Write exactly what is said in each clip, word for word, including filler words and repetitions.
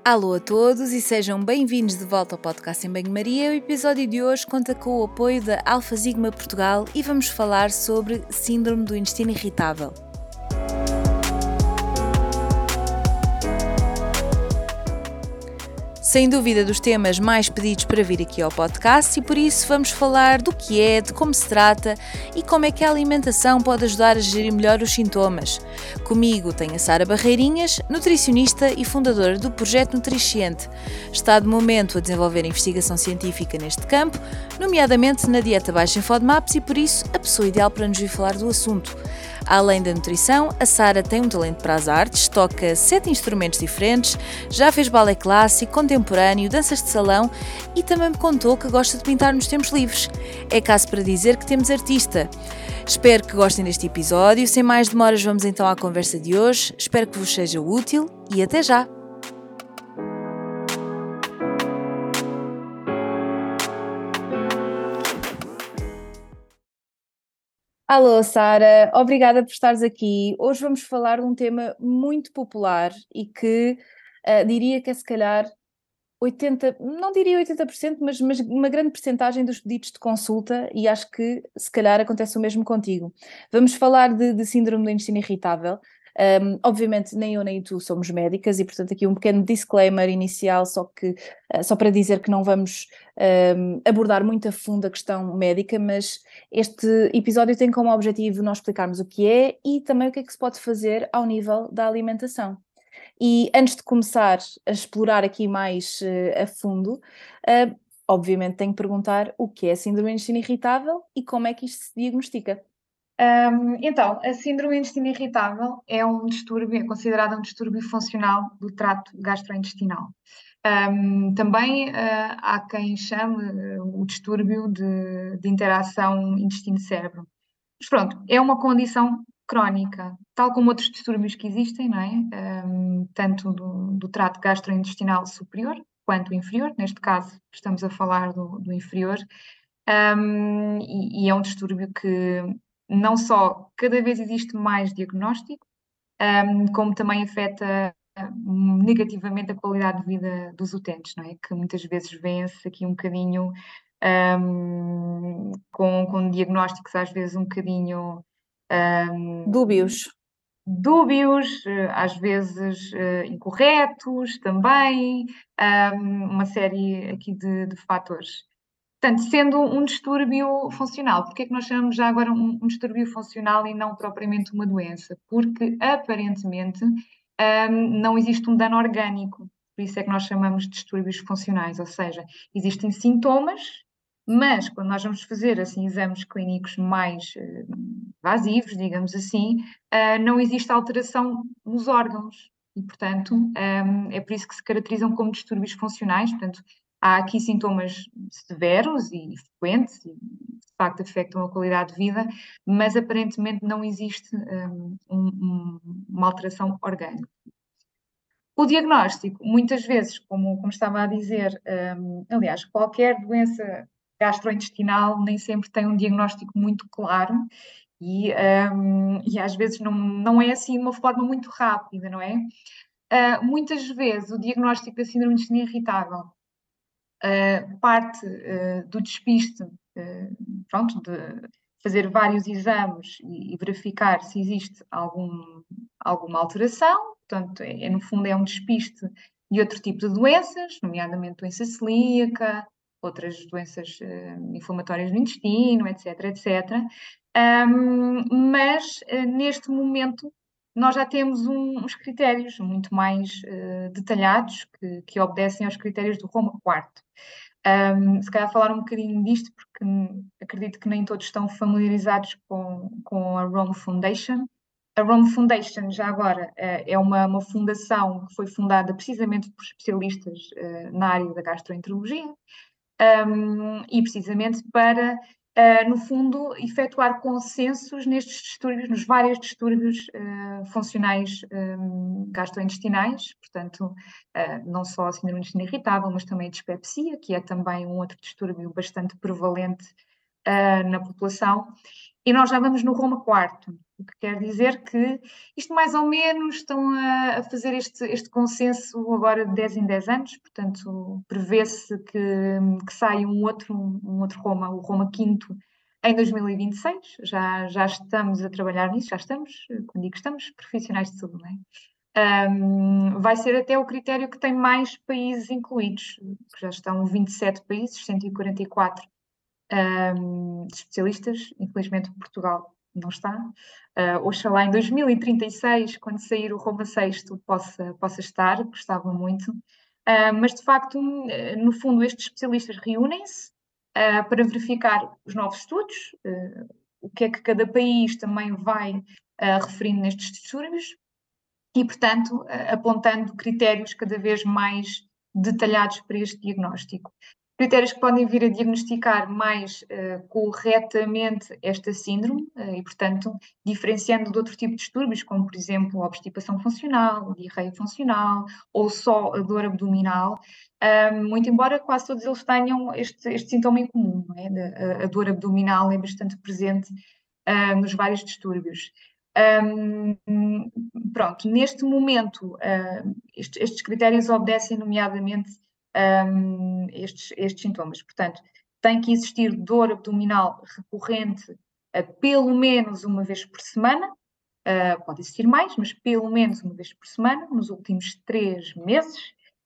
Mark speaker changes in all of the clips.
Speaker 1: Alô a todos e sejam bem-vindos de volta ao podcast em Banho-Maria. O episódio de hoje conta com o apoio da Alfa Sigma Portugal e vamos falar sobre Síndrome do Intestino Irritável. Sem dúvida dos temas mais pedidos para vir aqui ao podcast e por isso vamos falar do que é, de como se trata e como é que a alimentação pode ajudar a gerir melhor os sintomas. Comigo tenho a Sara Barreirinhas, nutricionista e fundadora do Projeto Nutriciente. Está de momento a desenvolver investigação científica neste campo, nomeadamente na dieta baixa em FODMAPs e por isso a pessoa ideal para nos vir falar do assunto. Além da nutrição, a Sara tem um talento para as artes, toca sete instrumentos diferentes, já fez balé clássico, contemporâneo, danças de salão e também me contou que gosta de pintar nos tempos livres. É caso para dizer que temos artista. Espero que gostem deste episódio. Sem mais demoras, vamos então à conversa de hoje. Espero que vos seja útil e até já! Alô, Sara, obrigada por estares aqui. Hoje vamos falar de um tema muito popular e que uh, diria que é se calhar oitenta, não diria oitenta por cento, mas, mas uma grande percentagem dos pedidos de consulta e acho que se calhar acontece o mesmo contigo. Vamos falar de, de síndrome do intestino irritável. Um, obviamente nem eu nem tu somos médicas e portanto aqui um pequeno disclaimer inicial só, que, uh, só para dizer que não vamos um, abordar muito a fundo a questão médica, mas este episódio tem como objetivo nós explicarmos o que é e também o que é que se pode fazer ao nível da alimentação. E antes de começar a explorar aqui mais uh, a fundo, uh, obviamente tenho que perguntar o que é a síndrome do intestino irritável e como é que isto se diagnostica.
Speaker 2: Um, então, a síndrome do intestino irritável é um distúrbio, é considerado um distúrbio funcional do trato gastrointestinal. Um, também uh, há quem chame uh, o distúrbio de, de interação intestino-cérebro. Mas pronto, é uma condição crónica, tal como outros distúrbios que existem, não é? Um, tanto do, do trato gastrointestinal superior quanto inferior, neste caso estamos a falar do, do inferior, um, e, e é um distúrbio que não só cada vez existe mais diagnóstico, um, como também afeta um, negativamente a qualidade de vida dos utentes, não é? Que muitas vezes vê-se aqui um bocadinho um, com, com diagnósticos às vezes um bocadinho um,
Speaker 1: Dúbios.
Speaker 2: dúbios, às vezes uh, incorretos também, um, uma série aqui de, de fatores. Portanto, sendo um distúrbio funcional, porque é que nós chamamos já agora um, um distúrbio funcional e não propriamente uma doença? Porque, aparentemente, um, não existe um dano orgânico, por isso é que nós chamamos de distúrbios funcionais, ou seja, existem sintomas, mas quando nós vamos fazer assim, exames clínicos mais uh, invasivos, digamos assim, uh, não existe alteração nos órgãos. E, portanto, um, é por isso que se caracterizam como distúrbios funcionais. Portanto, há aqui sintomas severos e frequentes e, de facto, afetam a qualidade de vida, mas aparentemente não existe um, um, uma alteração orgânica. O diagnóstico, muitas vezes, como, como estava a dizer, um, aliás, qualquer doença gastrointestinal nem sempre tem um diagnóstico muito claro e, um, e às vezes não, não é assim uma forma muito rápida, não é? Uh, muitas vezes o diagnóstico da síndrome de intestino irritável uh, parte uh, do despiste, uh, pronto, de fazer vários exames e, e verificar se existe algum, alguma alteração, portanto, é, é, no fundo é um despiste de outro tipo de doenças, nomeadamente doença celíaca, outras doenças uh, inflamatórias do intestino, etc, etcétera. Um, mas, uh, neste momento, nós já temos um, uns critérios muito mais uh, detalhados que, que obedecem aos critérios do Roma quarto. Um, se calhar falar um bocadinho disto, porque acredito que nem todos estão familiarizados com, com a Rome Foundation. A Rome Foundation, já agora, uh, é uma, uma fundação que foi fundada precisamente por especialistas uh, na área da gastroenterologia, um, e precisamente para, uh, no fundo, efetuar consensos nestes distúrbios, nos vários distúrbios uh, funcionais um, gastrointestinais, portanto, uh, não só a síndrome do intestino irritável, mas também a dispepsia, que é também um outro distúrbio bastante prevalente uh, na população. e nós já vamos no Roma quarto, o que quer dizer que isto mais ou menos estão a, a fazer este, este consenso agora de dez em dez anos, portanto prevê-se que, que saia um outro, um outro Roma, o Roma quinto, em dois mil e vinte e seis. Já, já estamos a trabalhar nisso, já estamos, quando digo estamos, profissionais de saúde, não é? Um, vai ser até o critério que tem mais países incluídos, que já estão vinte e sete países, cento e quarenta e quatro um, especialistas. Infelizmente Portugal não está. Uh, oxalá em dois mil e trinta e seis, quando sair o Roma sexto, possa, possa estar, gostava muito. Uh, mas de facto, no fundo, estes especialistas reúnem-se uh, para verificar os novos estudos, uh, o que é que cada país também vai uh, referindo nestes distúrbios, e, portanto, apontando critérios cada vez mais detalhados para este diagnóstico. Critérios que podem vir a diagnosticar mais uh, corretamente esta síndrome uh, e, portanto, diferenciando de outro tipo de distúrbios, como, por exemplo, a obstipação funcional, a diarreia funcional ou só a dor abdominal, uh, muito embora quase todos eles tenham este, este sintoma em comum, não é? a, a dor abdominal é bastante presente uh, nos vários distúrbios. Um, pronto, neste momento, uh, estes, estes, critérios obedecem, nomeadamente, um, estes, estes sintomas. Portanto, tem que existir dor abdominal recorrente uh, pelo menos uma vez por semana, uh, pode existir mais, mas pelo menos uma vez por semana, nos últimos três meses,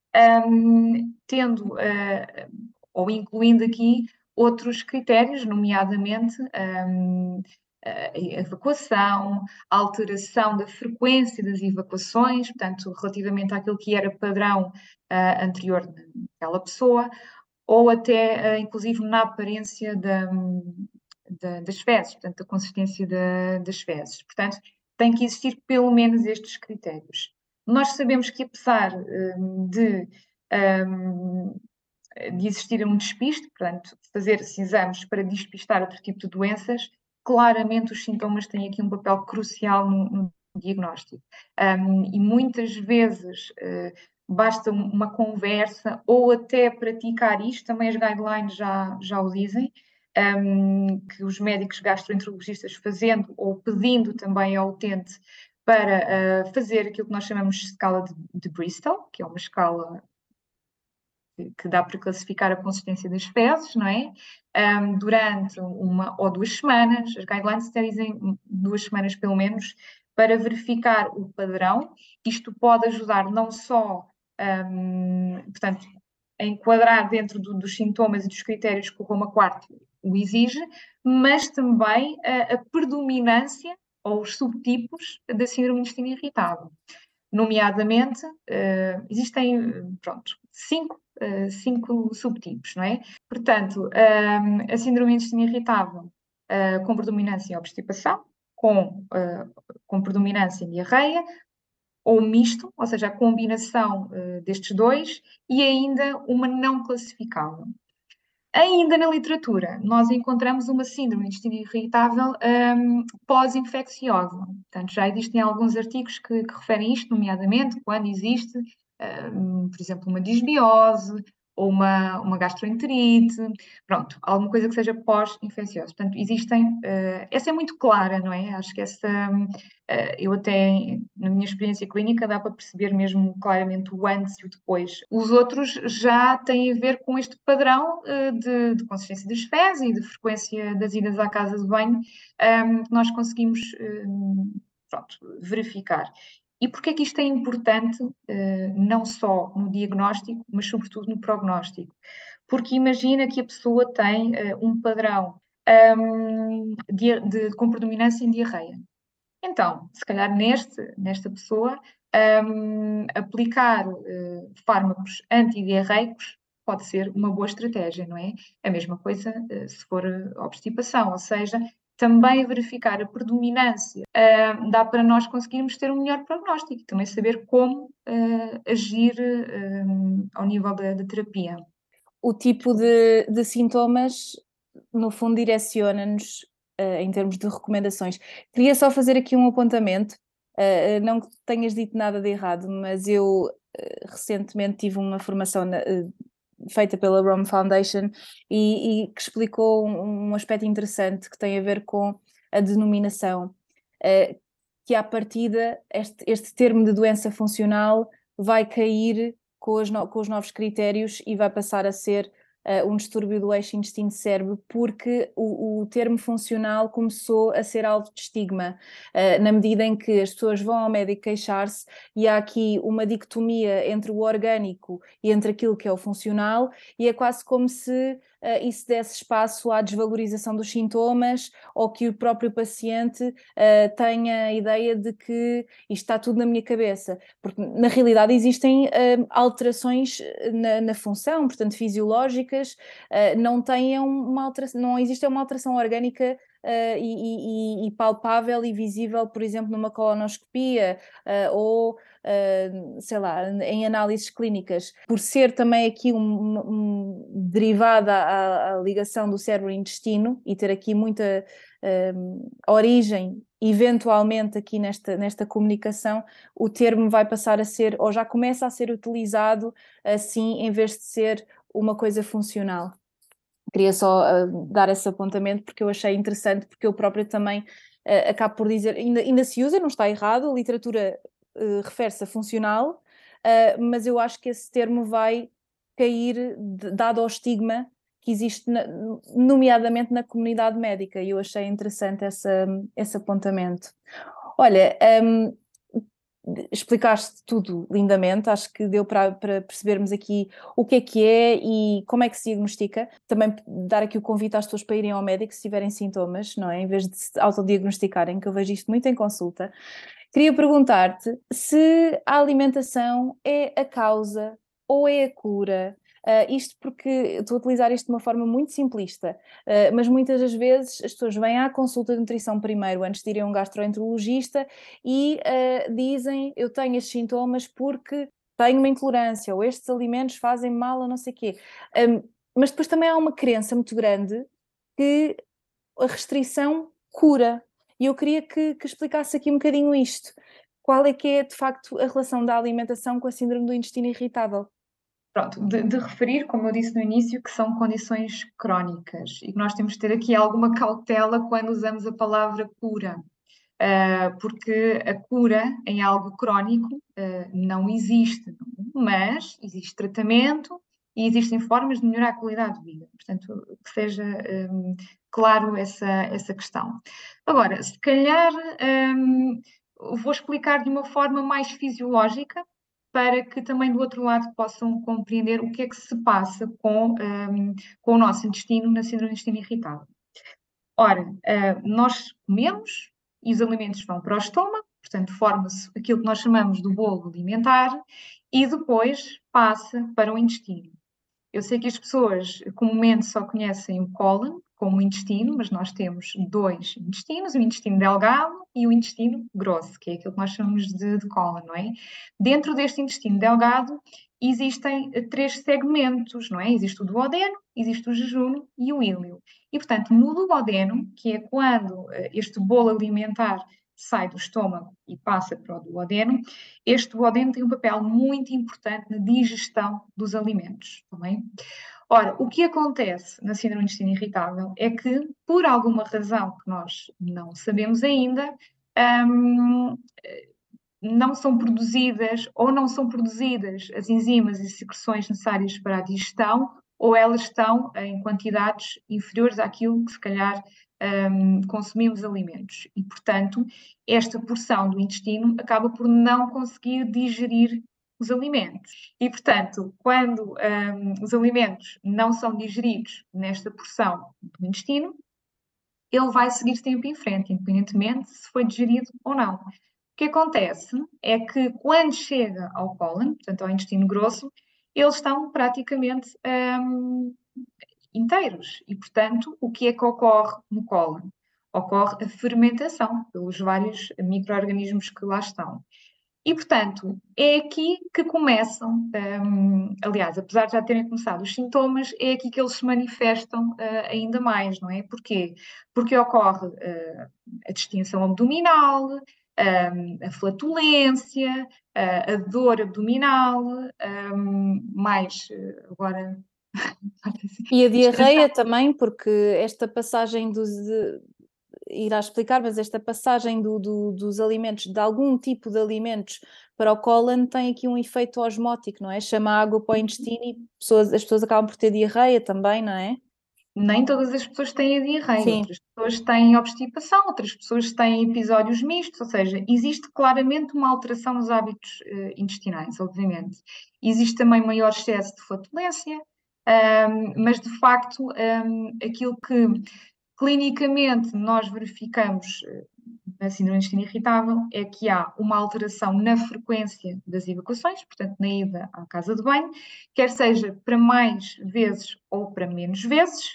Speaker 2: um, tendo uh, ou incluindo aqui outros critérios, nomeadamente um, a evacuação, a alteração da frequência das evacuações, portanto, relativamente àquilo que era padrão uh, anterior daquela pessoa, ou até, uh, inclusive, na aparência da, da, das fezes, portanto, da consistência da, das fezes. Portanto, tem que existir pelo menos estes critérios. Nós sabemos que, apesar um, de, um, de existir um despiste, portanto, fazer esses exames para despistar outro tipo de doenças, claramente os sintomas têm aqui um papel crucial no, no diagnóstico. Um, e muitas vezes uh, basta uma conversa ou até praticar isto, também as guidelines já, já o dizem, um, que os médicos gastroenterologistas fazendo ou pedindo também ao utente para uh, fazer aquilo que nós chamamos de escala de, de Bristol, que é uma escala que dá para classificar a consistência das fezes, não é? Um, durante uma ou duas semanas, as guidelines até dizem duas semanas pelo menos, para verificar o padrão. Isto pode ajudar não só, um, portanto, a enquadrar dentro do, dos sintomas e dos critérios que o Roma quarto o exige, mas também a, a predominância ou os subtipos da síndrome do intestino irritável. Nomeadamente, uh, existem, pronto, cinco, uh, cinco subtipos, não é? Portanto, um, a síndrome do intestino irritável uh, com predominância em obstipação, com, uh, com predominância em diarreia, ou misto, ou seja, a combinação uh, destes dois, e ainda uma não classificável. Ainda na literatura, nós encontramos uma síndrome do intestino irritável um, pós-infecciosa. Portanto, já existem alguns artigos que, que referem isto, nomeadamente quando existe, um, por exemplo, uma disbiose ou uma, uma gastroenterite, pronto, alguma coisa que seja pós-infecciosa. Portanto, existem, uh, essa é muito clara, não é? Acho que essa, uh, eu até, na minha experiência clínica, dá para perceber mesmo claramente o antes e o depois. Os outros já têm a ver com este padrão uh, de, de consistência das fezes e de frequência das idas à casa de banho, um, que nós conseguimos um, pronto, verificar. E porquê é que isto é importante, uh, não só no diagnóstico, mas sobretudo no prognóstico? Porque imagina que a pessoa tem uh, um padrão um, de, de, com predominância em diarreia. Então, se calhar neste, nesta pessoa, um, aplicar uh, fármacos antidiarreicos pode ser uma boa estratégia, não é? A mesma coisa uh, se for obstipação, ou seja, também verificar a predominância uh, dá para nós conseguirmos ter um melhor prognóstico e também saber como uh, agir uh, ao nível da, da terapia.
Speaker 1: O tipo de, de sintomas, no fundo, direciona-nos uh, em termos de recomendações. Queria só fazer aqui um apontamento, uh, não que tenhas dito nada de errado, mas eu uh, recentemente tive uma formação na, uh, feita pela Rome Foundation e, e que explicou um, um aspecto interessante que tem a ver com a denominação, uh, que à partida este, este termo de doença funcional vai cair com os, no, com os novos critérios e vai passar a ser uh, um distúrbio do eixo intestino-cérebro, porque o, o termo funcional começou a ser alvo de estigma, uh, na medida em que as pessoas vão ao médico queixar-se e há aqui uma dicotomia entre o orgânico e entre aquilo que é o funcional, e é quase como se uh, isso desse espaço à desvalorização dos sintomas, ou que o próprio paciente uh, tenha a ideia de que isto está tudo na minha cabeça, porque na realidade existem uh, alterações na, na função, portanto fisiológicas, uh, não têm uma alteração, não existe uma alteração orgânica Uh, e, e, e palpável e visível, por exemplo, numa colonoscopia uh, ou, uh, sei lá, em análises clínicas. Por ser também aqui um, um, derivada à, à ligação do cérebro e intestino e ter aqui muita uh, origem, eventualmente aqui nesta, nesta comunicação, o termo vai passar a ser, ou já começa a ser utilizado assim, em vez de ser uma coisa funcional. Queria só uh, dar esse apontamento porque eu achei interessante, porque eu própria também uh, acabo por dizer, ainda, ainda se usa, não está errado, a literatura uh, refere-se a funcional, uh, mas eu acho que esse termo vai cair, de, dado ao estigma que existe, na, nomeadamente na comunidade médica, e eu achei interessante essa, esse apontamento. Olha, um, explicaste tudo lindamente, acho que deu para, para percebermos aqui o que é que é e como é que se diagnostica. Também dar aqui o convite às pessoas para irem ao médico se tiverem sintomas, não é? Em vez de se autodiagnosticarem, que eu vejo isto muito em consulta. Queria perguntar-te se a alimentação é a causa ou é a cura. Uh, isto porque estou a utilizar isto de uma forma muito simplista, uh, mas muitas das vezes as pessoas vêm à consulta de nutrição primeiro, antes de irem a um gastroenterologista, e uh, dizem, eu tenho estes sintomas porque tenho uma intolerância, ou estes alimentos fazem mal, ou não sei o quê. Um, mas depois também há uma crença muito grande que a restrição cura. E eu queria que, que explicasse aqui um bocadinho isto. Qual é que é, de facto, a relação da alimentação com a síndrome do intestino irritável?
Speaker 2: Pronto, de, de referir, como eu disse no início, que são condições crónicas e que nós temos de ter aqui alguma cautela quando usamos a palavra cura, uh, porque a cura em algo crónico uh, não existe, mas existe tratamento e existem formas de melhorar a qualidade de vida. Portanto, que seja um, claro essa, essa questão. Agora, se calhar um, vou explicar de uma forma mais fisiológica, para que também do outro lado possam compreender o que é que se passa com, um, com o nosso intestino na síndrome do intestino irritável. Ora, uh, nós comemos e os alimentos vão para o estômago, portanto forma-se aquilo que nós chamamos do bolo alimentar e depois passa para o intestino. Eu sei que as pessoas comumente só conhecem o cólon como o intestino, mas nós temos dois intestinos, o intestino delgado e o intestino grosso, que é aquilo que nós chamamos de, de cólon, não é? Dentro deste intestino delgado existem três segmentos, não é? Existe o duodeno, existe o jejuno e o íleo. E, portanto, no duodeno, que é quando este bolo alimentar sai do estômago e passa para o duodeno, este duodeno tem um papel muito importante na digestão dos alimentos, também. Ora, o que acontece na síndrome do intestino irritável é que, por alguma razão que nós não sabemos ainda, hum, não são produzidas ou não são produzidas as enzimas e secreções necessárias para a digestão, ou elas estão em quantidades inferiores àquilo que se calhar um, consumimos alimentos. E, portanto, esta porção do intestino acaba por não conseguir digerir os alimentos. E, portanto, quando um, os alimentos não são digeridos nesta porção do intestino, ele vai seguir tempo em frente, independentemente se foi digerido ou não. O que acontece é que quando chega ao cólon, portanto ao intestino grosso, eles estão praticamente hum, inteiros. E, portanto, o que é que ocorre no cólon? Ocorre a fermentação pelos vários micro-organismos que lá estão. E, portanto, é aqui que começam, um, aliás, apesar de já terem começado os sintomas, é aqui que eles se manifestam uh, ainda mais, não é? Porquê? Porque ocorre uh, a distensão abdominal, um, a flatulência, uh, a dor abdominal, um, mais, uh, agora...
Speaker 1: E a diarreia também, porque esta passagem dos... irás explicar, mas esta passagem do, do, dos alimentos, de algum tipo de alimentos para o cólon tem aqui um efeito osmótico, não é? Chama a água para o intestino e pessoas, as pessoas acabam por ter diarreia também, não é?
Speaker 2: Nem todas as pessoas têm a diarreia,
Speaker 1: Sim,
Speaker 2: outras pessoas têm obstipação, outras pessoas têm episódios mistos, ou seja, existe claramente uma alteração nos hábitos eh, intestinais, obviamente. Existe também maior excesso de flatulência, ahm, mas de facto, ahm, aquilo que clinicamente nós verificamos eh, na síndrome do intestino irritável é que há uma alteração na frequência das evacuações, portanto, na ida à casa de banho, quer seja para mais vezes ou para menos vezes,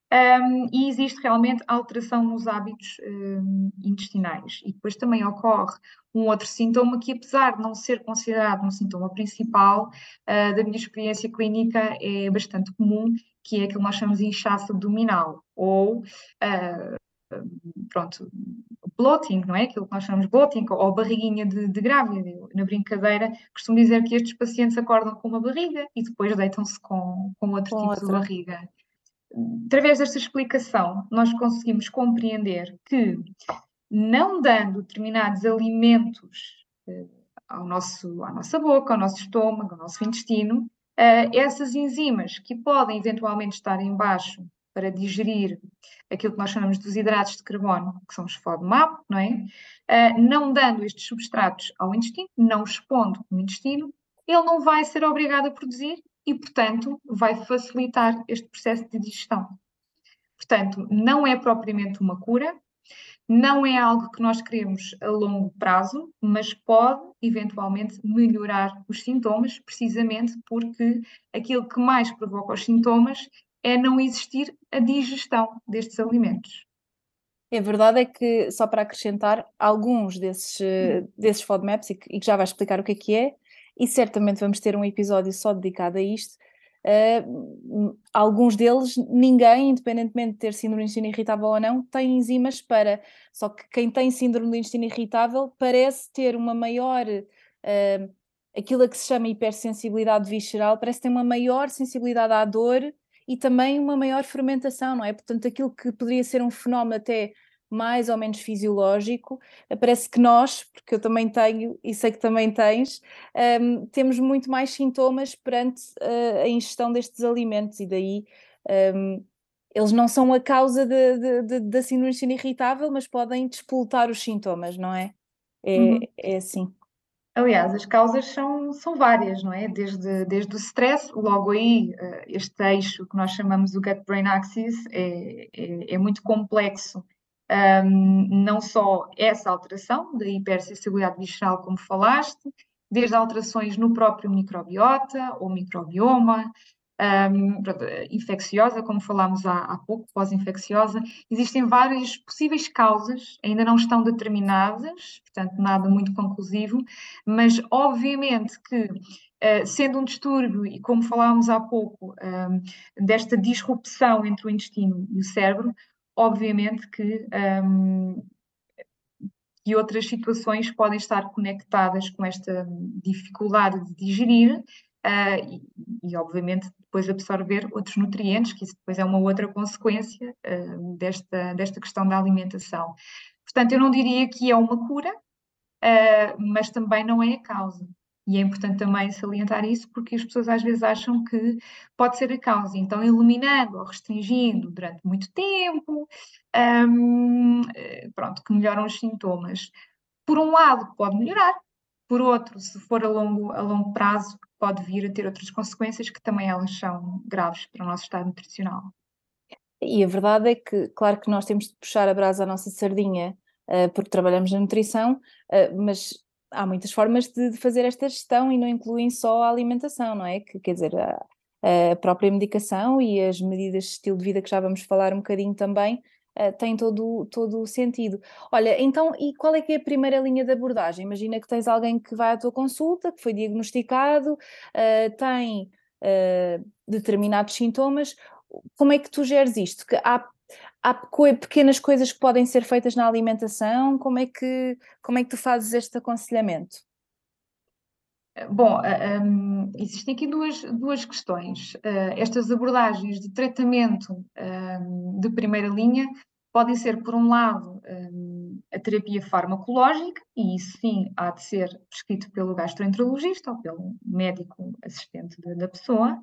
Speaker 2: um, e existe realmente alteração nos hábitos um, intestinais. E depois também ocorre um outro sintoma que, apesar de não ser considerado um sintoma principal, uh, da minha experiência clínica é bastante comum, que é aquilo que nós chamamos de inchaço abdominal, ou uh, pronto, bloating, não é? Aquilo que nós chamamos de bloating, ou barriguinha de, de grávida. Eu, na brincadeira, costumo dizer que estes pacientes acordam com uma barriga e depois deitam-se com, com outro
Speaker 1: com
Speaker 2: tipo de
Speaker 1: outra.
Speaker 2: barriga. Através desta explicação, nós conseguimos compreender que, não dando determinados alimentos eh, ao nosso, à nossa boca, ao nosso estômago, ao nosso intestino, eh, essas enzimas que podem eventualmente estar em baixo para digerir aquilo que nós chamamos de hidratos de carbono, que são os FODMAP, não é? Uh, não dando estes substratos ao intestino, não expondo o intestino, ele não vai ser obrigado a produzir e, portanto, vai facilitar este processo de digestão. Portanto, não é propriamente uma cura, não é algo que nós queremos a longo prazo, mas pode eventualmente melhorar os sintomas, precisamente porque aquilo que mais provoca os sintomas é não existir a digestão destes alimentos.
Speaker 1: A verdade é que, só para acrescentar, alguns desses, eh, desses FODMAPs, e que, e que já vais explicar o que é que é, e certamente vamos ter um episódio só dedicado a isto, uh, alguns deles, ninguém, independentemente de ter síndrome do intestino irritável ou não, tem enzimas para. Só que quem tem síndrome do intestino irritável parece ter uma maior, uh, aquilo a que se chama hipersensibilidade visceral, parece ter uma maior sensibilidade à dor e também uma maior fermentação, não é? Portanto, aquilo que poderia ser um fenómeno até mais ou menos fisiológico, parece que nós, porque eu também tenho e sei que também tens, um, temos muito mais sintomas perante uh, a ingestão destes alimentos e daí um, eles não são a causa de, de, de, da síndrome do intestino irritável, mas podem despoltar os sintomas, não é? É,
Speaker 2: Uhum.
Speaker 1: é assim.
Speaker 2: Aliás, as causas são, são várias, não é? Desde, desde o stress, logo aí, eh, este eixo que nós chamamos o gut-brain axis é, é, é muito complexo. Um, não só essa alteração da hipersensibilidade visceral, como falaste, desde alterações no próprio microbiota ou microbioma, um, infecciosa, como falámos há, há pouco, pós-infecciosa. Existem várias possíveis causas, ainda não estão determinadas, portanto, nada muito conclusivo, mas obviamente que, uh, sendo um distúrbio, e como falámos há pouco, um, desta disrupção entre o intestino e o cérebro, obviamente que. Um, e outras situações podem estar conectadas com esta dificuldade de digerir, uh, e, e, obviamente, depois absorver outros nutrientes, que isso depois é uma outra consequência uh, desta, desta questão da alimentação. Portanto, eu não diria que é uma cura, uh, mas também não é a causa. E é importante também salientar isso, porque as pessoas às vezes acham que pode ser a causa. Então, eliminando ou restringindo durante muito tempo, um, pronto, que melhoram os sintomas. Por um lado, pode melhorar, por outro, se for a longo, a longo prazo, pode vir a ter outras consequências que também elas são graves para o nosso estado nutricional.
Speaker 1: E a verdade é que, claro que nós temos de puxar a brasa à nossa sardinha, uh, porque trabalhamos na nutrição, uh, mas há muitas formas de, de, fazer esta gestão e não incluem só a alimentação, não é? Que, quer dizer, a, a própria medicação e as medidas de estilo de vida que já vamos falar um bocadinho também, uh, têm todo, todo o sentido. Olha, então, e qual é que é a primeira linha de abordagem? Imagina que tens alguém que vai à tua consulta, que foi diagnosticado, uh, tem uh, determinados sintomas. Como é que tu geres isto? Que há, há pequenas coisas que podem ser feitas na alimentação? Como é que, como é que tu fazes este aconselhamento?
Speaker 2: Bom, um, existem aqui duas, duas questões. Uh, estas abordagens de tratamento um, de primeira linha podem ser, por um lado, um, a terapia farmacológica, e isso sim há de ser prescrito pelo gastroenterologista ou pelo médico assistente da, da pessoa.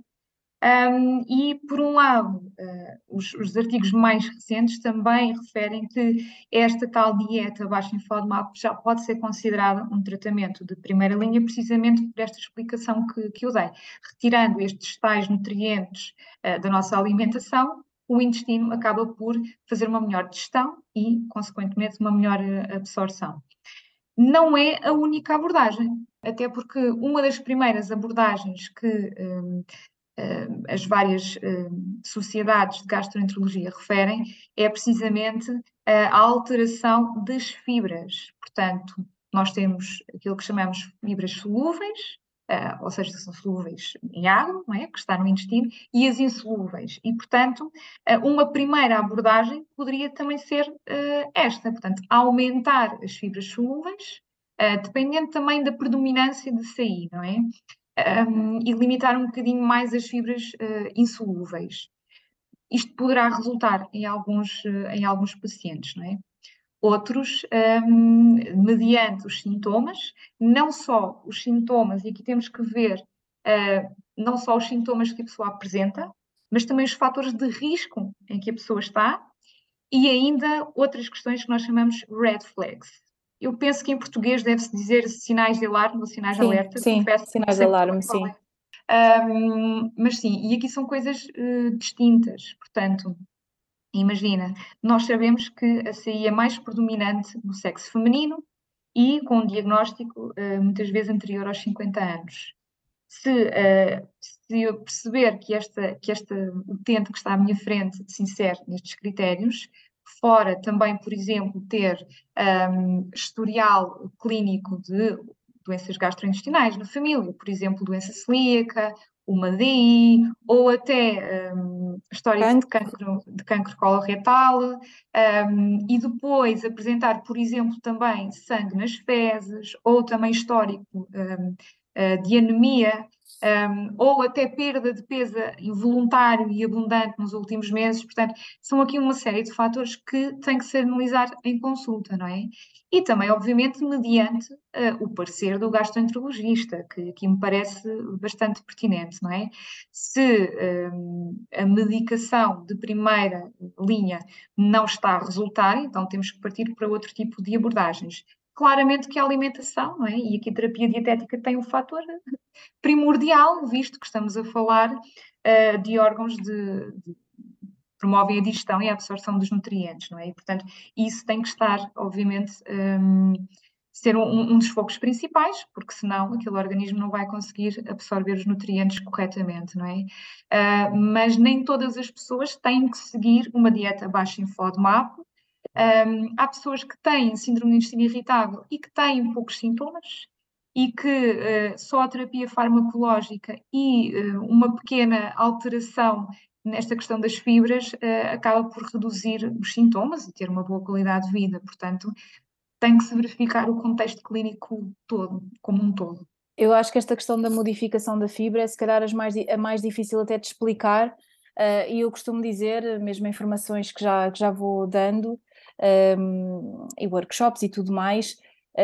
Speaker 2: Um, e, por um lado, uh, os, os artigos mais recentes também referem que esta tal dieta baixa em FODMAP já pode ser considerada um tratamento de primeira linha, precisamente por esta explicação que, que eu dei. Retirando estes tais nutrientes uh, da nossa alimentação, o intestino acaba por fazer uma melhor digestão e, consequentemente, uma melhor uh, absorção. Não é a única abordagem, até porque uma das primeiras abordagens que um, Uh, as várias uh, sociedades de gastroenterologia referem, é precisamente uh, a alteração das fibras. Portanto, nós temos aquilo que chamamos fibras solúveis, uh, ou seja, que são solúveis em água, não é? Que está no intestino, e as insolúveis. E, portanto, uh, uma primeira abordagem poderia também ser uh, esta, portanto, aumentar as fibras solúveis, uh, dependendo também da predominância de C I, não é? Um, e limitar um bocadinho mais as fibras uh, insolúveis. Isto poderá resultar em alguns, uh, em alguns pacientes, não é? Outros, um, mediante os sintomas, não só os sintomas, e aqui temos que ver uh, não só os sintomas que a pessoa apresenta, mas também os fatores de risco em que a pessoa está e ainda outras questões que nós chamamos red flags. Eu penso que em português deve-se dizer sinais de alarme ou sinais de
Speaker 1: Sim,
Speaker 2: alerta,
Speaker 1: sim,
Speaker 2: confesso que não
Speaker 1: sinais de
Speaker 2: sei muito
Speaker 1: alarme,
Speaker 2: bem qual
Speaker 1: sim.
Speaker 2: é. Um, mas sim, e aqui são coisas uh, distintas. Portanto, imagina, nós sabemos que a C I é mais predominante no sexo feminino e com um diagnóstico uh, muitas vezes anterior aos cinquenta anos. Se, uh, se eu perceber que, esta, que esta utente que está à minha frente se insere nestes critérios, fora também, por exemplo, ter um, historial clínico de doenças gastrointestinais na família, por exemplo, doença celíaca, uma D I, ou até um, histórico de cancro, de cancro coloretal, um, e depois apresentar, por exemplo, também sangue nas fezes, ou também histórico um, de anemia, um, ou até perda de peso involuntário e abundante nos últimos meses. Portanto, são aqui uma série de fatores que têm que ser analisados em consulta, não é? E também, obviamente, mediante uh, o parecer do gastroenterologista, que aqui me parece bastante pertinente, não é? Se um, a medicação de primeira linha não está a resultar, então temos que partir para outro tipo de abordagens. Claramente que a alimentação, não é? E aqui a terapia dietética tem um fator primordial, visto que estamos a falar uh, de órgãos de, de promovem a digestão e a absorção dos nutrientes, não é? E, portanto, isso tem que estar, obviamente, um, ser um, um dos focos principais, porque senão aquele organismo não vai conseguir absorver os nutrientes corretamente, não é? Uh, mas nem todas as pessoas têm que seguir uma dieta baixa em FODMAP. Um, há pessoas que têm síndrome do intestino irritável e que têm poucos sintomas e que uh, só a terapia farmacológica e uh, uma pequena alteração nesta questão das fibras uh, acaba por reduzir os sintomas e ter uma boa qualidade de vida. Portanto, tem que se verificar o contexto clínico todo, como um todo.
Speaker 1: Eu acho que esta questão da modificação da fibra é se calhar as mais, a mais difícil até de explicar, uh, e eu costumo dizer, mesmo informações que já, que já vou dando, um, e workshops e tudo mais,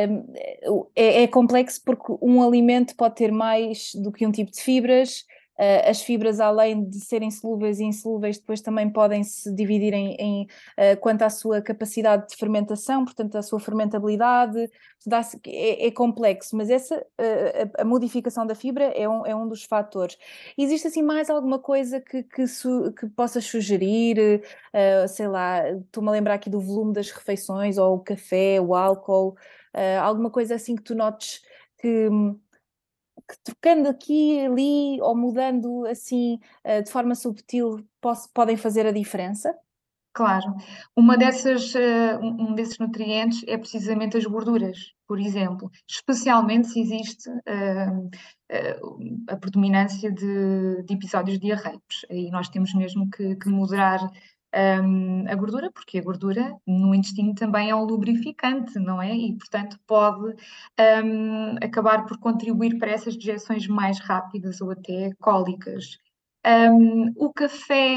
Speaker 1: um, é, é complexo porque um alimento pode ter mais do que um tipo de fibras. Uh, as fibras, além de serem solúveis e insolúveis, depois também podem se dividir em, em uh, quanto à sua capacidade de fermentação, portanto, à sua fermentabilidade. É, é complexo, mas essa, uh, a, a modificação da fibra é um, é um dos fatores. Existe assim mais alguma coisa que, que, su, que possas sugerir? Uh, sei lá, estou-me a lembrar aqui do volume das refeições, ou o café, o álcool, uh, alguma coisa assim que tu notes que... que trocando aqui, ali, ou mudando assim de forma subtil, posso, podem fazer a diferença?
Speaker 2: Claro. Uma dessas, uh, um desses nutrientes é precisamente as gorduras, por exemplo, especialmente se existe uh, uh, a predominância de, de episódios diarreicos. Aí nós temos mesmo que, que moderar um, a gordura, porque a gordura no intestino também é um lubrificante, não é? E, portanto, pode um, acabar por contribuir para essas digestões mais rápidas ou até cólicas. Um, o café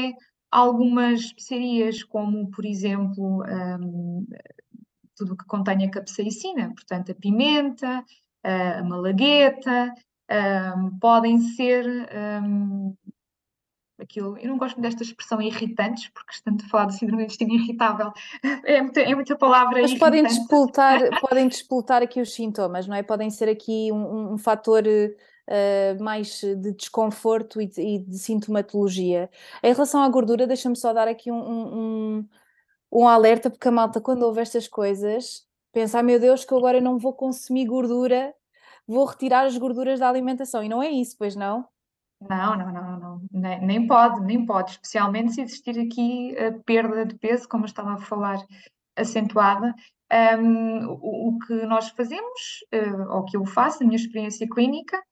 Speaker 2: algumas especiarias, como, por exemplo, um, tudo o que contenha capsaicina, portanto, a pimenta, a malagueta, um, podem ser um, aquilo. Eu não gosto desta expressão irritantes, porque estamos a falar de síndrome do intestino irritável, é muita, é muita palavra
Speaker 1: Mas podem
Speaker 2: irritante.
Speaker 1: despoltar, podem despoltar aqui os sintomas, não é? Podem ser aqui um, um fator uh, mais de desconforto e de, e de sintomatologia. Em relação à gordura, deixa-me só dar aqui um, um, um, um alerta, porque a malta, quando ouve estas coisas, pensa, ah, meu Deus, que eu agora não vou consumir gordura, vou retirar as gorduras da alimentação. E não é isso, pois não?
Speaker 2: Não, não, não, não, nem, nem pode, nem pode, especialmente se existir aqui a perda de peso, como eu estava a falar, acentuada. Um, o, o que nós fazemos, uh, ou que eu faço, na minha experiência clínica,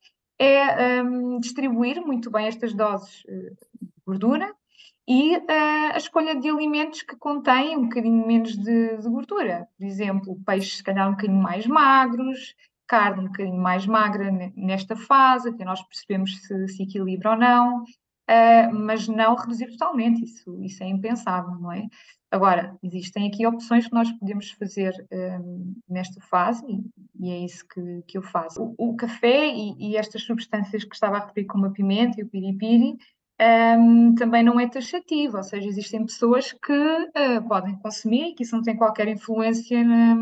Speaker 2: é um, distribuir muito bem estas doses uh, de gordura e uh, a escolha de alimentos que contêm um bocadinho menos de, de gordura. Por exemplo, peixes se calhar um bocadinho mais magros, carne um bocadinho mais magra nesta fase, até nós percebemos se se equilibra ou não, uh, mas não reduzir totalmente, isso, isso é impensável, não é? Agora, existem aqui opções que nós podemos fazer um, nesta fase e, e é isso que, que eu faço. O, o café e, e estas substâncias que estava a referir, como a pimenta e o piripiri, um, também não é taxativo, ou seja, existem pessoas que uh, podem consumir e que isso não tem qualquer influência na,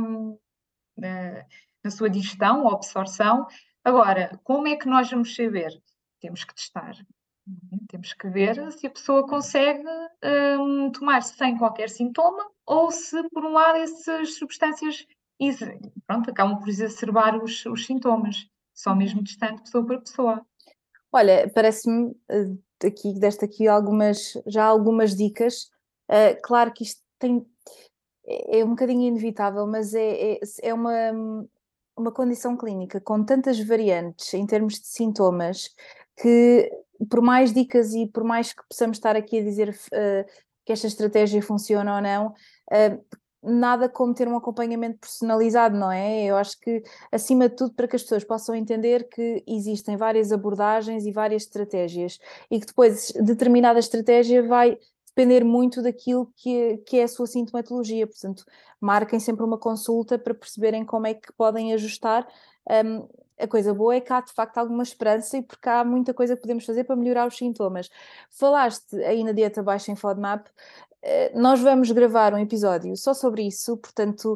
Speaker 2: na, na sua digestão ou absorção. Agora, como é que nós vamos saber? Temos que testar. Temos que ver se a pessoa consegue um, tomar sem qualquer sintoma ou se, por um lado, essas substâncias pronto, acabam por exacerbar os, os sintomas, só mesmo testando pessoa por pessoa.
Speaker 1: Olha, parece-me uh, aqui, deste aqui algumas, já algumas dicas. Uh, claro que isto tem, é, é um bocadinho inevitável, mas é, é, é uma, uma condição clínica com tantas variantes em termos de sintomas que, por mais dicas e por mais que possamos estar aqui a dizer uh, que esta estratégia funciona ou não, uh, nada como ter um acompanhamento personalizado, não é? Eu acho que, acima de tudo, para que as pessoas possam entender que existem várias abordagens e várias estratégias e que depois determinada estratégia vai depender muito daquilo que é, que é a sua sintomatologia, portanto, marquem sempre uma consulta para perceberem como é que podem ajustar. Um, a coisa boa é que há de facto alguma esperança e porque há muita coisa que podemos fazer para melhorar os sintomas. Falaste aí na dieta baixa em FODMAP, nós vamos gravar um episódio só sobre isso, portanto,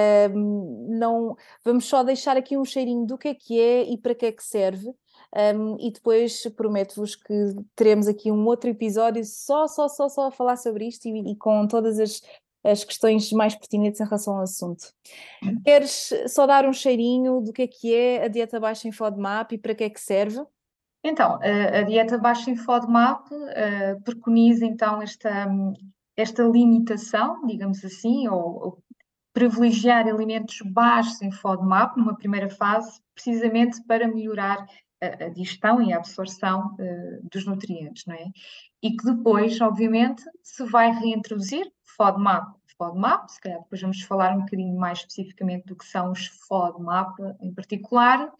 Speaker 1: não, vamos só deixar aqui um cheirinho do que é que é e para que é que serve. Um, e depois prometo-vos que teremos aqui um outro episódio só, só, só, só a falar sobre isto e, e com todas as, as questões mais pertinentes em relação ao assunto. Queres só dar um cheirinho do que é que é a dieta baixa em FODMAP e para que é que serve?
Speaker 2: Então, a, a dieta baixa em FODMAP uh, preconiza então esta, esta limitação, digamos assim, ou, ou privilegiar alimentos baixos em FODMAP numa primeira fase, precisamente para melhorar a, a digestão e a absorção uh, dos nutrientes, não é? E que depois, obviamente, se vai reintroduzir FODMAP, FODMAP, se calhar depois vamos falar um bocadinho mais especificamente do que são os FODMAP em particular,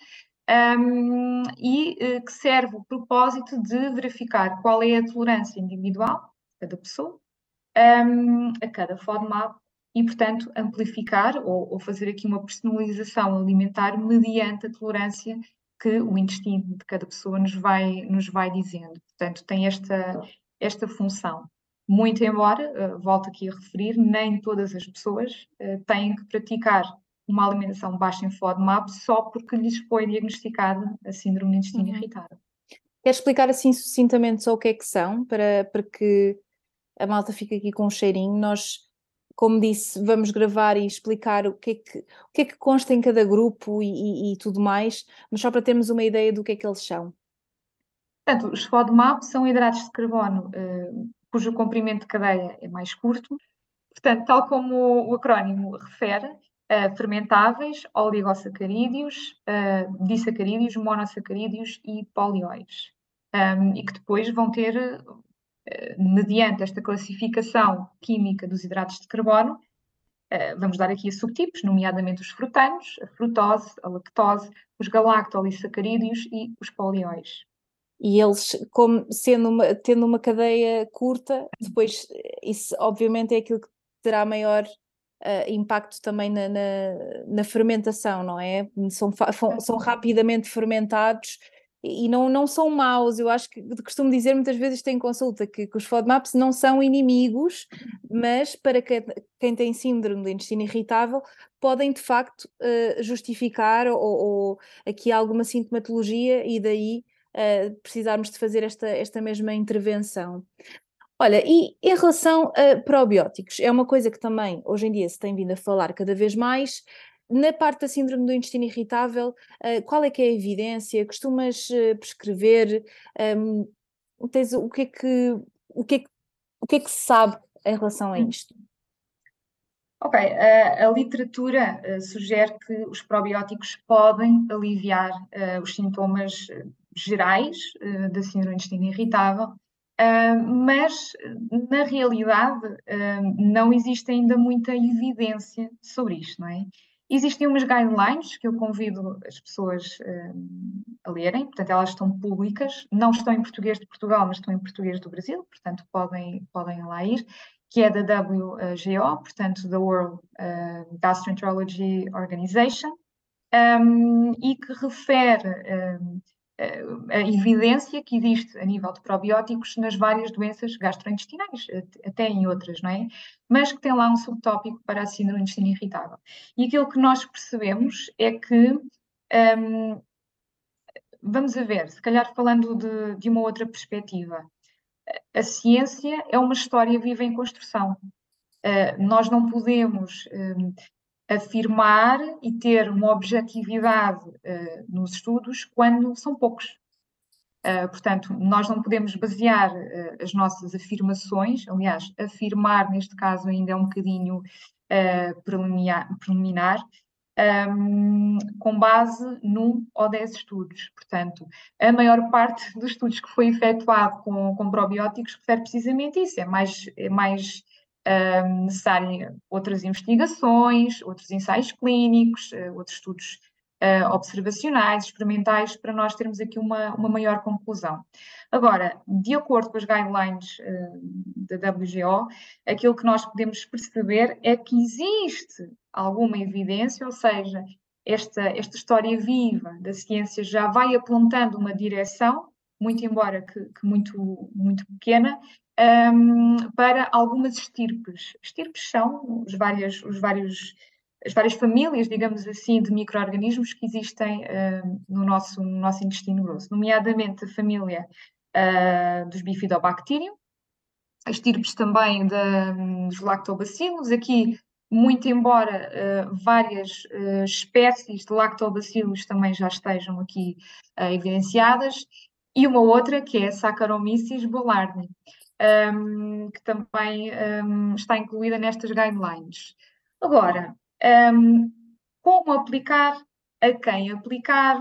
Speaker 2: um, e uh, que serve o propósito de verificar qual é a tolerância individual de cada pessoa um, a cada FODMAP e, portanto, amplificar ou, ou fazer aqui uma personalização alimentar mediante a tolerância que o intestino de cada pessoa nos vai, nos vai dizendo. Portanto, tem esta, esta função. Muito embora, uh, volto aqui a referir, nem todas as pessoas uh, têm que praticar uma alimentação baixa em FODMAP só porque lhes foi diagnosticada a síndrome do intestino
Speaker 1: Uhum.
Speaker 2: irritável.
Speaker 1: Queres explicar assim sucintamente só o que é que são, para, para que a malta fique aqui com um cheirinho? Nós, como disse, vamos gravar e explicar o que é que, o que, é que consta em cada grupo e, e, e tudo mais, mas só para termos uma ideia do que é que eles são.
Speaker 2: Portanto, os FODMAP são hidratos de carbono uh, cujo comprimento de cadeia é mais curto. Portanto, tal como o acrónimo refere, uh, fermentáveis, oligosacarídeos, uh, disacarídeos, monossacarídeos e polióis. Um, e que depois vão ter, uh, mediante esta classificação química dos hidratos de carbono, uh, vamos dar aqui a subtipos, nomeadamente os frutanos, a frutose, a lactose, os galactolissacarídeos e os polióis.
Speaker 1: e eles, como sendo uma, tendo uma cadeia curta, depois isso obviamente é aquilo que terá maior uh, impacto também na, na, na fermentação, não é? São, são rapidamente fermentados e não, não são maus. Eu acho que costumo dizer muitas vezes tem consulta que, que os FODMAPs não são inimigos, mas para que, quem tem síndrome do intestino irritável podem de facto uh, justificar ou, ou aqui alguma sintomatologia e daí uh, precisarmos de fazer esta, esta mesma intervenção. Olha, e em relação a probióticos, é uma coisa que também hoje em dia se tem vindo a falar cada vez mais. Na parte da síndrome do intestino irritável, uh, qual é que é a evidência? Costumas uh, prescrever? Um, tens, o, que é que, o, que é que, o que é que se sabe em relação a isto?
Speaker 2: Ok, a, a literatura uh, sugere que os probióticos podem aliviar uh, os sintomas gerais uh, da síndrome do intestino irritável, uh, mas na realidade uh, não existe ainda muita evidência sobre isto, não é? Existem umas guidelines que eu convido as pessoas uh, a lerem, portanto elas estão públicas, não estão em português de Portugal, mas estão em português do Brasil, portanto podem, podem lá ir, que é da W G O, portanto, da World uh, Gastroenterology Organization, um, e que refere um, a evidência que existe a nível de probióticos nas várias doenças gastrointestinais, até em outras, não é? Mas que tem lá um subtópico para a síndrome do intestino irritável. E aquilo que nós percebemos é que, um, vamos a ver, se calhar falando de, de uma outra perspectiva, a ciência é uma história viva em construção. Uh, nós não podemos um, afirmar e ter uma objetividade uh, nos estudos quando são poucos. Uh, portanto, nós não podemos basear uh, as nossas afirmações, aliás, afirmar neste caso ainda é um bocadinho uh, preliminar, preliminar um, com base num ou dez estudos. Portanto, a maior parte dos estudos que foi efetuado com, com probióticos refere precisamente isso, é mais, é mais um, necessário outras investigações, outros ensaios clínicos, uh, outros estudos uh, observacionais, experimentais, para nós termos aqui uma, uma maior conclusão. Agora, de acordo com as guidelines uh, da W G O, aquilo que nós podemos perceber é que existe alguma evidência, ou seja, esta, esta história viva da ciência já vai apontando uma direção, muito embora que, que muito, muito pequena, um, para algumas estirpes. Estirpes são os várias, os vários, as várias famílias, digamos assim, de micro-organismos que existem uh, no, nosso, no nosso intestino grosso, nomeadamente a família uh, dos Bifidobacterium, as estirpes também da, dos lactobacilos. Aqui, muito embora uh, várias uh, espécies de lactobacilos também já estejam aqui uh, evidenciadas, e uma outra que é a Saccharomyces boulardii, um, que também um, está incluída nestas guidelines. Agora, um, como aplicar, a quem aplicar,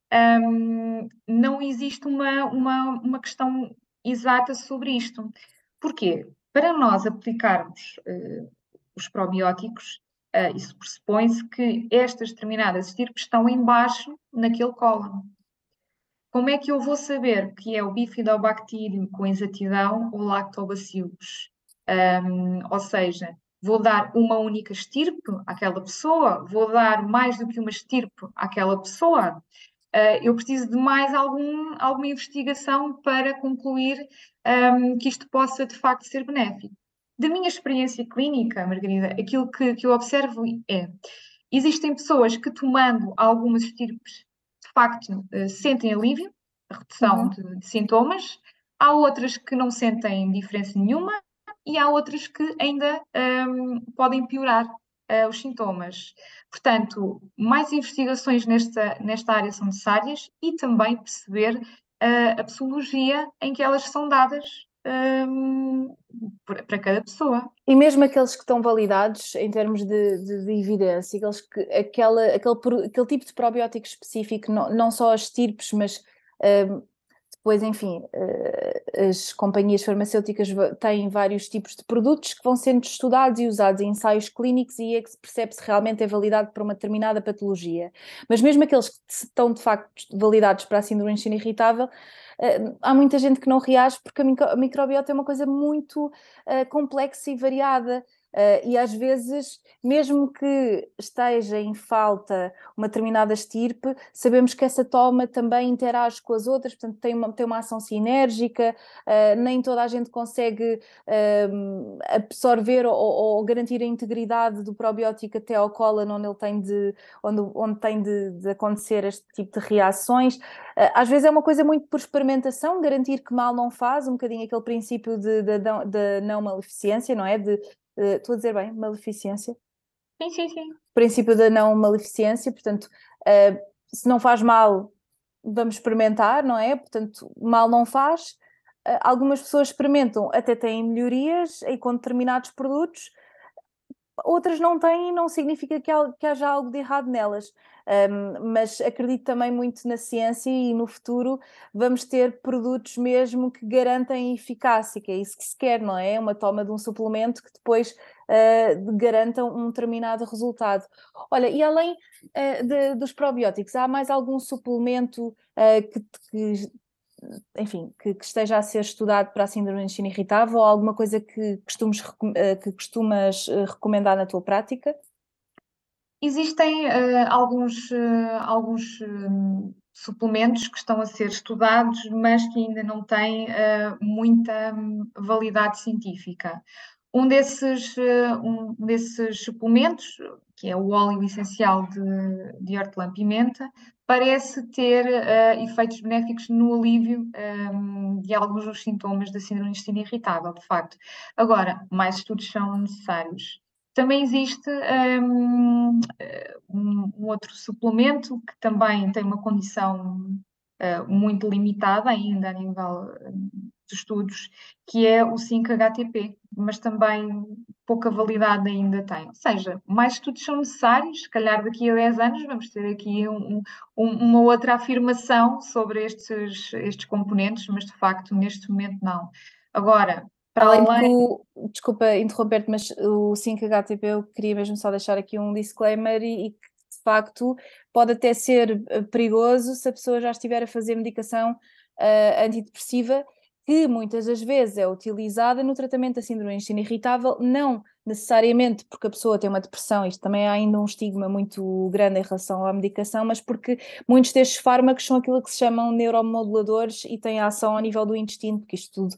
Speaker 2: um, não existe uma, uma, uma questão exata sobre isto. Porquê? Para nós aplicarmos uh, os probióticos, uh, isso pressupõe-se que estas determinadas estirpes estão embaixo naquele cólon. Como é que eu vou saber que é o bifidobacterium com exatidão ou lactobacillus? Um, ou seja, vou dar uma única estirpe àquela pessoa? Vou dar mais do que uma estirpe àquela pessoa? Uh, eu preciso de mais algum, alguma investigação para concluir um, que isto possa de facto ser benéfico. Da minha experiência clínica, Margarida, aquilo que, que eu observo é, existem pessoas que tomando algumas estirpes de facto uh, sentem alívio, a redução
Speaker 1: Uhum.
Speaker 2: de, de sintomas, há outras que não sentem diferença nenhuma e há outras que ainda um, podem piorar uh, os sintomas. Portanto, mais investigações nesta, nesta área são necessárias e também perceber uh, a psicologia em que elas são dadas um, para cada pessoa.
Speaker 1: E mesmo aqueles que estão validados em termos de, de, de evidência, aqueles que, aquela, aquele, aquele tipo de probiótico específico, não, não só as estirpes, mas um, Pois, enfim, eh, as companhias farmacêuticas va- têm vários tipos de produtos que vão sendo estudados e usados em ensaios clínicos e é que se percebe se realmente é validado para uma determinada patologia. Mas mesmo aqueles que estão de facto validados para a síndrome do intestino irritável, eh, há muita gente que não reage porque a micro- a microbiota é uma coisa muito eh, complexa e variada. Eh, e às vezes, mesmo que esteja em falta uma determinada estirpe, sabemos que essa toma também interage com as outras, portanto tem uma, tem uma ação sinérgica, uh, nem toda a gente consegue uh, absorver ou, ou garantir a integridade do probiótico até ao cólon, onde ele tem de, onde, onde tem de, de acontecer este tipo de reações. Uh, às vezes é uma coisa muito por experimentação, garantir que mal não faz, um bocadinho aquele princípio de, de, de, de não maleficência, não é? De, uh, estou a dizer bem, maleficência?
Speaker 2: Sim, sim, sim.
Speaker 1: Princípio da não maleficência, portanto, uh, se não faz mal, vamos experimentar, não é? Portanto, mal não faz. Uh, algumas pessoas experimentam, até têm melhorias e com determinados produtos, outras não têm, não significa que, que haja algo de errado nelas. Um, mas acredito também muito na ciência e no futuro vamos ter produtos mesmo que garantem eficácia, que é isso que se quer, não é? Uma toma de um suplemento que depois uh, garanta um determinado resultado. Olha, e além uh, de, dos probióticos, há mais algum suplemento uh, que, que enfim, que, que esteja a ser estudado para a síndrome do intestino irritável ou alguma coisa que costumes, que costumas recomendar na tua prática?
Speaker 2: Existem uh, alguns, uh, alguns um, suplementos que estão a ser estudados, mas que ainda não têm uh, muita um, validade científica. Um desses, uh, um desses suplementos, que é o óleo essencial de, de hortelã-pimenta, parece ter uh, efeitos benéficos no alívio um, de alguns dos sintomas da síndrome do intestino irritável, de facto. Agora, mais estudos são necessários. Também existe um, um, um outro suplemento que também tem uma condição uh, muito limitada ainda a nível de estudos, que é o cinco H T P, mas também pouca validade ainda tem. Ou seja, mais estudos são necessários, se calhar daqui a dez anos vamos ter aqui um, um, uma outra afirmação sobre estes, estes componentes, mas de facto neste momento não. Agora, para
Speaker 1: Além de que
Speaker 2: além.
Speaker 1: o, desculpa interromper-te, mas o cinco H T P eu queria mesmo só deixar aqui um disclaimer e, e que de facto pode até ser eh, perigoso se a pessoa já estiver a fazer medicação uh, antidepressiva, que muitas das vezes é utilizada no tratamento da síndrome do intestino irritável, não necessariamente porque a pessoa tem uma depressão, isto também há ainda um estigma muito grande em relação à medicação, mas porque muitos destes fármacos são aquilo que se chamam neuromoduladores e têm ação ao nível do intestino, porque isto tudo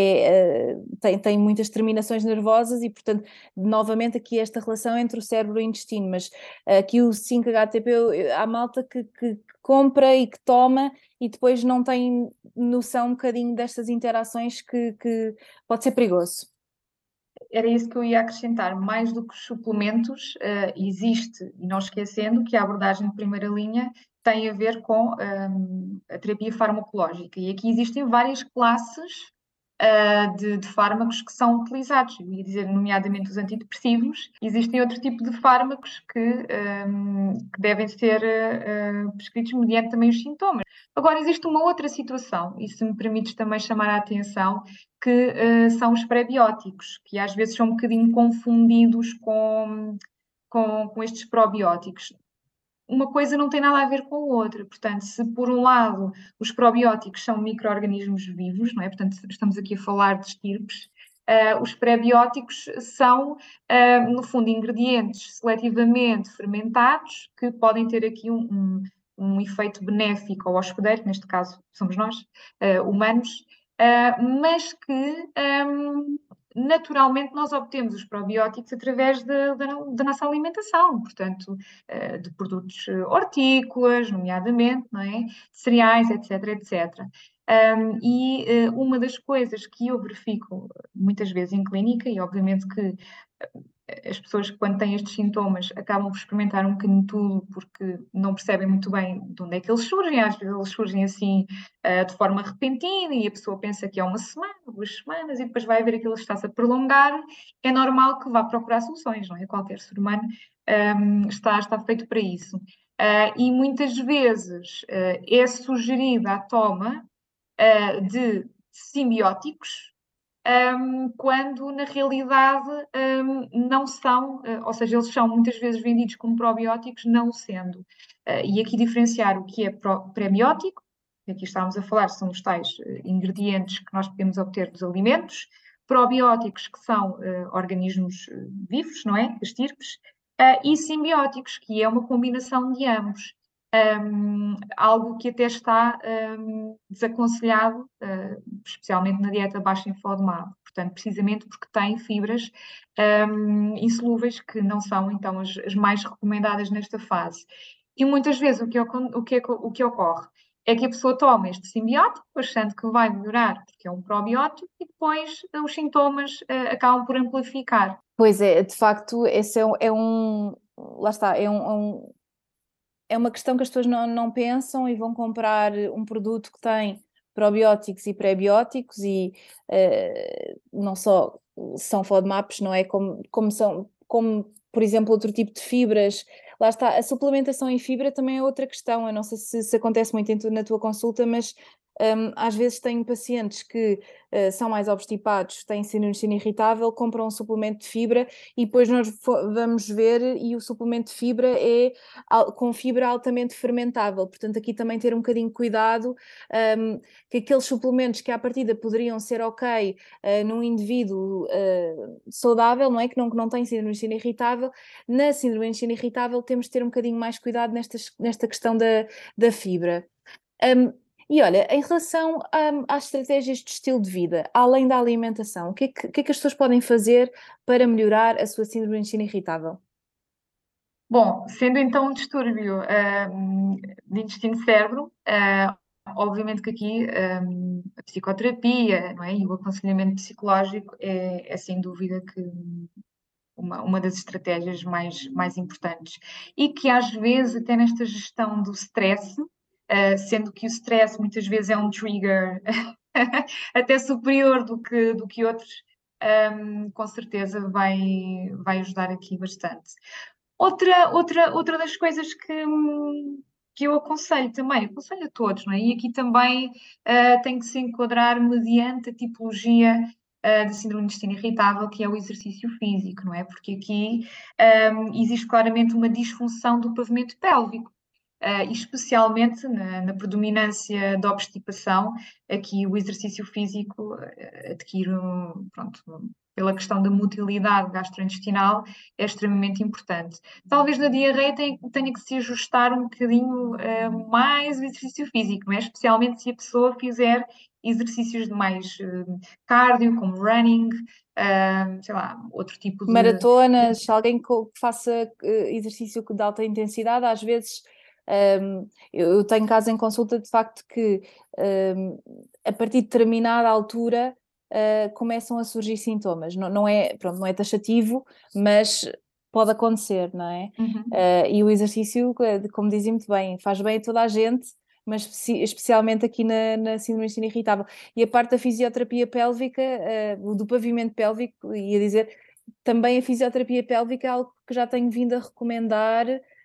Speaker 1: é, uh, tem, tem muitas terminações nervosas e, portanto, novamente aqui esta relação entre o cérebro e o intestino, mas uh, aqui o cinco H T P, há malta que, que, que compra e que toma e depois não tem noção um bocadinho destas interações que, que pode ser perigoso.
Speaker 2: Era isso que eu ia acrescentar. Mais do que os suplementos, uh, existe, e não esquecendo que a abordagem de primeira linha tem a ver com um, a terapia farmacológica. E aqui existem várias classes uh, de, de fármacos que são utilizados. Eu ia dizer, nomeadamente os antidepressivos. Existem outro tipo de fármacos que, um, que devem ser uh, prescritos mediante também os sintomas. Agora, existe uma outra situação, e se me permites também chamar a atenção, que uh, são os prebióticos, que às vezes são um bocadinho confundidos com, com, com estes probióticos. Uma coisa não tem nada a ver com a outra. Portanto, se por um lado os probióticos são micro-organismos vivos, não é? Portanto, estamos aqui a falar de estirpes, uh, os prebióticos são, uh, no fundo, ingredientes seletivamente fermentados que podem ter aqui um, um, um efeito benéfico ao hospedeiro, neste caso somos nós, uh, humanos, uh, mas que um, naturalmente nós obtemos os probióticos através da, da, da nossa alimentação, portanto, uh, de produtos hortícolas, nomeadamente, não é? Cereais, etc, etcétera. Um, e uh, uma das coisas que eu verifico muitas vezes em clínica, e obviamente que as pessoas, quando têm estes sintomas, acabam por experimentar um bocadinho tudo porque não percebem muito bem de onde é que eles surgem. Às vezes eles surgem assim uh, de forma repentina e a pessoa pensa que é uma semana, duas semanas e depois vai ver que aquilo está-se a prolongar. É normal que vá procurar soluções, não é? Qualquer ser humano um, está, está feito para isso. Uh, e muitas vezes uh, é sugerida a toma uh, de simbióticos, um, quando na realidade um, não são, uh, ou seja, eles são muitas vezes vendidos como probióticos, não sendo. Uh, e aqui diferenciar o que é prebiótico, aqui estamos a falar, são os tais uh, ingredientes que nós podemos obter dos alimentos, probióticos, que são uh, organismos uh, vivos, não é? Estirpes, uh, e simbióticos, que é uma combinação de ambos. Um, algo que até está um, desaconselhado, uh, especialmente na dieta baixa em FODMAP, portanto, precisamente porque tem fibras um, insolúveis que não são, então, as, as mais recomendadas nesta fase. E muitas vezes o que, o, que, o que ocorre é que a pessoa toma este simbiótico, achando que vai melhorar, porque é um probiótico, e depois os sintomas uh, acabam por amplificar.
Speaker 1: Pois é, de facto, esse é um, é um lá está, é um, é um é uma questão que as pessoas não, não pensam e vão comprar um produto que tem probióticos e pré-bióticos e uh, não só são FODMAPs, não é? Como, como são, como por exemplo outro tipo de fibras. Lá está, a suplementação em fibra também é outra questão. Eu não sei se, se acontece muito em tu, na tua consulta, mas um, às vezes tenho pacientes que uh, são mais obstipados, têm síndrome de intestino irritável, compram um suplemento de fibra e depois nós vamos ver e o suplemento de fibra é com fibra altamente fermentável, portanto aqui também ter um bocadinho de cuidado, um, que aqueles suplementos que à partida poderiam ser ok uh, num indivíduo uh, saudável, não é? Que não, que não tem síndrome de intestino irritável, na síndrome de intestino irritável temos de ter um bocadinho mais cuidado nestas, nesta questão da, da fibra. Um, e olha, em relação um, às estratégias de estilo de vida, além da alimentação, o que é que, o que é que as pessoas podem fazer para melhorar a sua síndrome de intestino irritável?
Speaker 2: Bom, sendo então um distúrbio um, de intestino-cérebro, uh, obviamente que aqui um, a psicoterapia, não é? E o aconselhamento psicológico é, é sem dúvida que uma, uma das estratégias mais, mais importantes. E que às vezes, até nesta gestão do stress, uh, sendo que o stress muitas vezes é um trigger até superior do que, do que outros, um, com certeza vai, vai ajudar aqui bastante. Outra, outra, outra das coisas que, que eu aconselho também, aconselho a todos, não é? E aqui também uh, tem que se enquadrar mediante a tipologia uh, de síndrome de intestino irritável, que é o exercício físico, não é? Porque aqui um, existe claramente uma disfunção do pavimento pélvico. Uh, especialmente na, na predominância da obstipação, aqui o exercício físico uh, adquire, um, pronto, pela questão da motilidade gastrointestinal, é extremamente importante. Talvez na diarreia tenha, tenha que se ajustar um bocadinho uh, mais o exercício físico, não é? Especialmente se a pessoa fizer exercícios de mais uh, cardio, como running, uh, sei lá, outro tipo de...
Speaker 1: Maratonas, alguém que faça exercício de alta intensidade, às vezes um, eu tenho casos em consulta de facto que um, a partir de determinada altura uh, começam a surgir sintomas, não, não é, pronto, não é taxativo, mas pode acontecer, não é?
Speaker 2: Uhum.
Speaker 1: Uh, e o exercício, como dizem muito bem, faz bem a toda a gente, mas especialmente aqui na, na síndrome de intestino irritável. E a parte da fisioterapia pélvica, uh, do pavimento pélvico, ia dizer, também a fisioterapia pélvica é algo que já tenho vindo a recomendar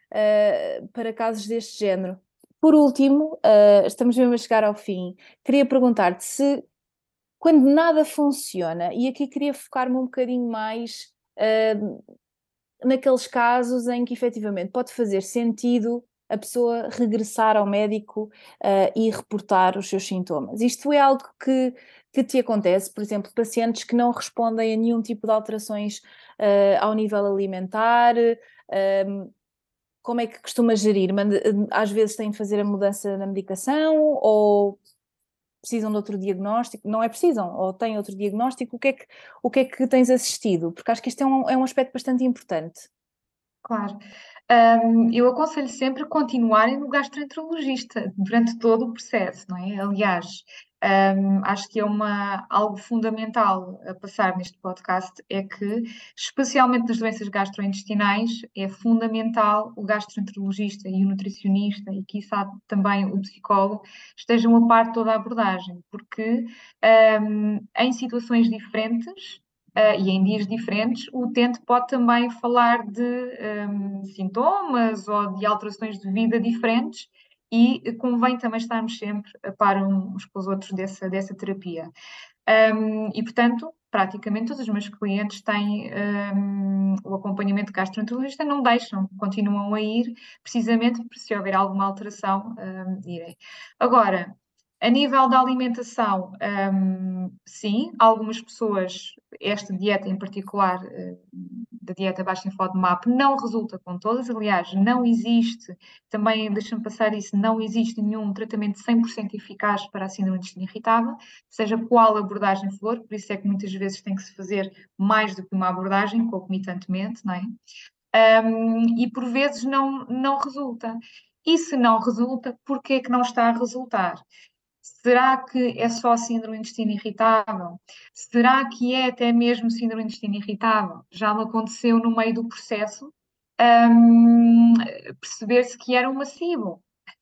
Speaker 1: uh, para casos deste género. Por último, uh, estamos mesmo a chegar ao fim, queria perguntar-te se, quando nada funciona, e aqui queria focar-me um bocadinho mais uh, naqueles casos em que efetivamente pode fazer sentido a pessoa regressar ao médico uh, e reportar os seus sintomas. Isto é algo que, que te acontece, por exemplo, pacientes que não respondem a nenhum tipo de alterações uh, ao nível alimentar, uh, como é que costuma gerir? Às vezes têm de fazer a mudança na medicação ou precisam de outro diagnóstico? Não é precisam, ou têm outro diagnóstico? O que é que, o que, é que tens assistido? Porque acho que isto é um, é um aspecto bastante importante.
Speaker 2: Claro. Um, eu aconselho sempre a continuarem no gastroenterologista durante todo o processo, não é? Aliás, um, acho que é uma, algo fundamental a passar neste podcast, é que, especialmente nas doenças gastrointestinais, é fundamental o gastroenterologista e o nutricionista e, quiçá, também o psicólogo estejam a par de toda a abordagem, porque um, em situações diferentes Uh, e em dias diferentes, o utente pode também falar de um, sintomas ou de alterações de vida diferentes e convém também estarmos sempre a par uns com os outros dessa, dessa terapia. Um, e, portanto, praticamente todos os meus clientes têm um, o acompanhamento gastroenterologista, não deixam, continuam a ir, precisamente porque se houver alguma alteração, um, irem. Agora, a nível da alimentação, um, sim, algumas pessoas, esta dieta em particular, uh, da dieta baixa em FODMAP, não resulta com todas, aliás, não existe, também deixa-me passar isso, não existe nenhum tratamento cem por cento eficaz para a síndrome do intestino irritável, seja qual abordagem for, por isso é que muitas vezes tem que se fazer mais do que uma abordagem, concomitantemente, não é? Um, e por vezes não, não resulta. E se não resulta, porquê é que não está a resultar? Será que é só síndrome do intestino irritável? Será que é até mesmo síndrome do intestino irritável? Já me aconteceu no meio do processo um, perceber-se que era uma SIBO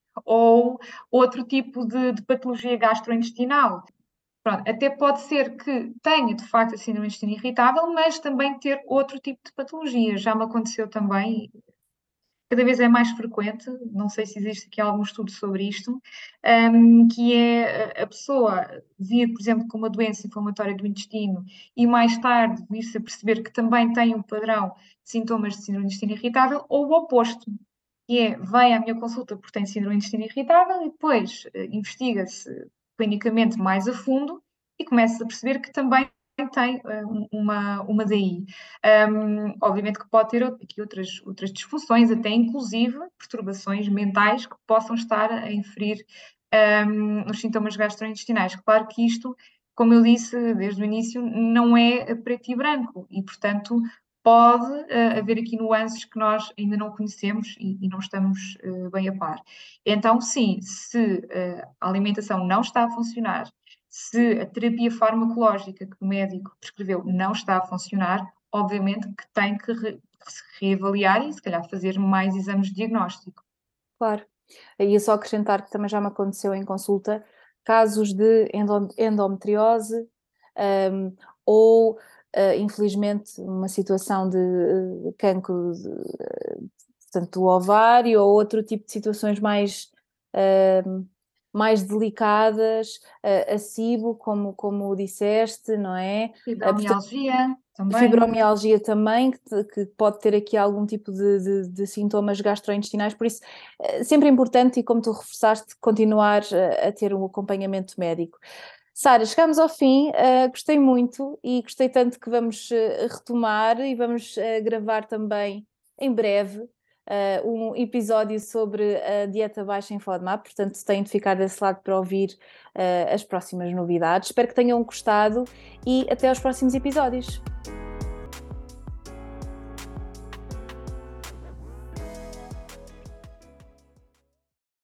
Speaker 2: ou outro tipo de, de patologia gastrointestinal. Pronto, até pode ser que tenha de facto a síndrome do intestino irritável, mas também ter outro tipo de patologia. Já me aconteceu também, cada vez é mais frequente, não sei se existe aqui algum estudo sobre isto, um, que é a pessoa vir, por exemplo, com uma doença inflamatória do intestino e mais tarde vir-se a perceber que também tem um padrão de sintomas de síndrome do intestino irritável, ou o oposto, que é, vem à minha consulta porque tem síndrome do intestino irritável e depois uh, investiga-se clinicamente mais a fundo e começa a perceber que também tem uh, uma, uma D I. Um, obviamente que pode ter aqui outras, outras disfunções, até inclusive perturbações mentais que possam estar a inferir um, nos sintomas gastrointestinais. Claro que isto, como eu disse desde o início, não é preto e branco e, portanto, pode uh, haver aqui nuances que nós ainda não conhecemos e, e não estamos uh, bem a par. Então, sim, se uh, a alimentação não está a funcionar, se a terapia farmacológica que o médico prescreveu não está a funcionar, obviamente que tem que, re, que se reavaliar e se calhar fazer mais exames de diagnóstico.
Speaker 1: Claro. E é só acrescentar que também já me aconteceu em consulta casos de endometriose um, ou, uh, infelizmente, uma situação de uh, cancro de, uh, portanto, do ovário ou outro tipo de situações mais, uh, mais delicadas, uh, a SIBO, como, como disseste, não é?
Speaker 2: Fibromialgia também.
Speaker 1: Fibromialgia também, que, que pode ter aqui algum tipo de, de, de sintomas gastrointestinais, por isso é sempre importante, e como tu reforçaste, continuar a, a ter um acompanhamento médico. Sara, chegamos ao fim, uh, gostei muito e gostei tanto que vamos uh, retomar e vamos uh, gravar também em breve uh, um episódio sobre a dieta baixa em FODMAP, portanto tenho de ficar desse lado para ouvir uh, as próximas novidades. Espero que tenham gostado e até aos próximos episódios.